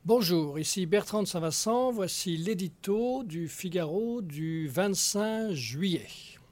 Bonjour, ici Bertrand de Saint-Vincent, voici l'édito du Figaro du 25 juillet.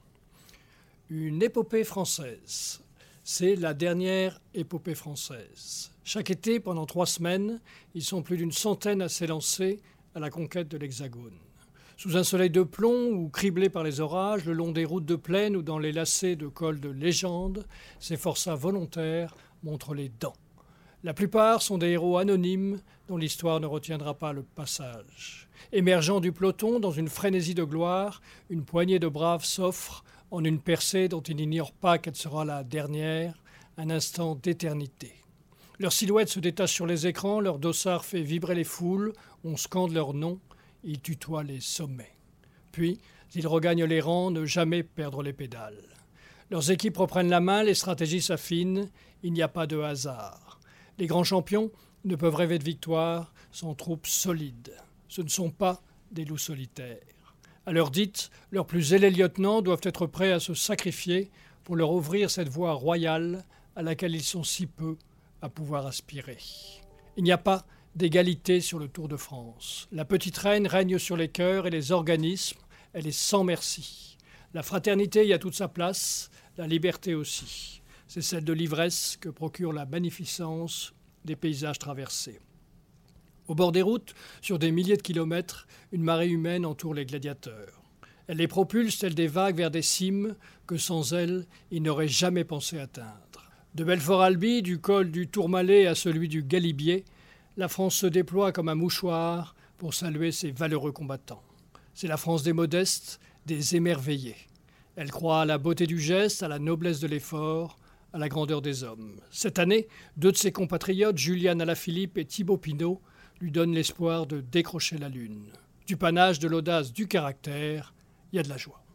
Une épopée française. C'est la dernière épopée française. Chaque été, pendant 3 semaines, ils sont plus d'une centaine à s'élancer à la conquête de l'Hexagone. Sous un soleil de plomb ou criblé par les orages, le long des routes de plaine ou dans les lacets de cols de légende, ces forçats volontaires montrent les dents. La plupart sont des héros anonymes dont l'histoire ne retiendra pas le passage. Émergeant du peloton dans une frénésie de gloire, une poignée de braves s'offre en une percée dont ils n'ignorent pas qu'elle sera la dernière, un instant d'éternité. Leurs silhouettes se détachent sur les écrans, leur dossard fait vibrer les foules, on scande leurs noms, ils tutoient les sommets. Puis, ils regagnent les rangs, ne jamais perdre les pédales. Leurs équipes reprennent la main, les stratégies s'affinent, il n'y a pas de hasard. Les grands champions ne peuvent rêver de victoire sans troupes solides. Ce ne sont pas des loups solitaires. À l'heure dite, leurs plus zélés lieutenants doivent être prêts à se sacrifier pour leur ouvrir cette voie royale à laquelle ils sont si peu à pouvoir aspirer. Il n'y a pas d'égalité sur le Tour de France. La petite reine règne sur les cœurs et les organismes, elle est sans merci. La fraternité y a toute sa place, la liberté aussi. C'est celle de l'ivresse que procure la magnificence des paysages traversés. Au bord des routes, sur des milliers de kilomètres, une marée humaine entoure les gladiateurs. Elle les propulse telles des vagues vers des cimes que sans elles, ils n'auraient jamais pensé atteindre. De Belfort-Albi, du col du Tourmalet à celui du Galibier, la France se déploie comme un mouchoir pour saluer ses valeureux combattants. C'est la France des modestes, des émerveillés. Elle croit à la beauté du geste, à la noblesse de l'effort, à la grandeur des hommes. Cette année, 2 de ses compatriotes, Julian Alaphilippe et Thibaut Pinot, lui donnent l'espoir de décrocher la lune. Du panache, de l'audace, du caractère, il y a de la joie.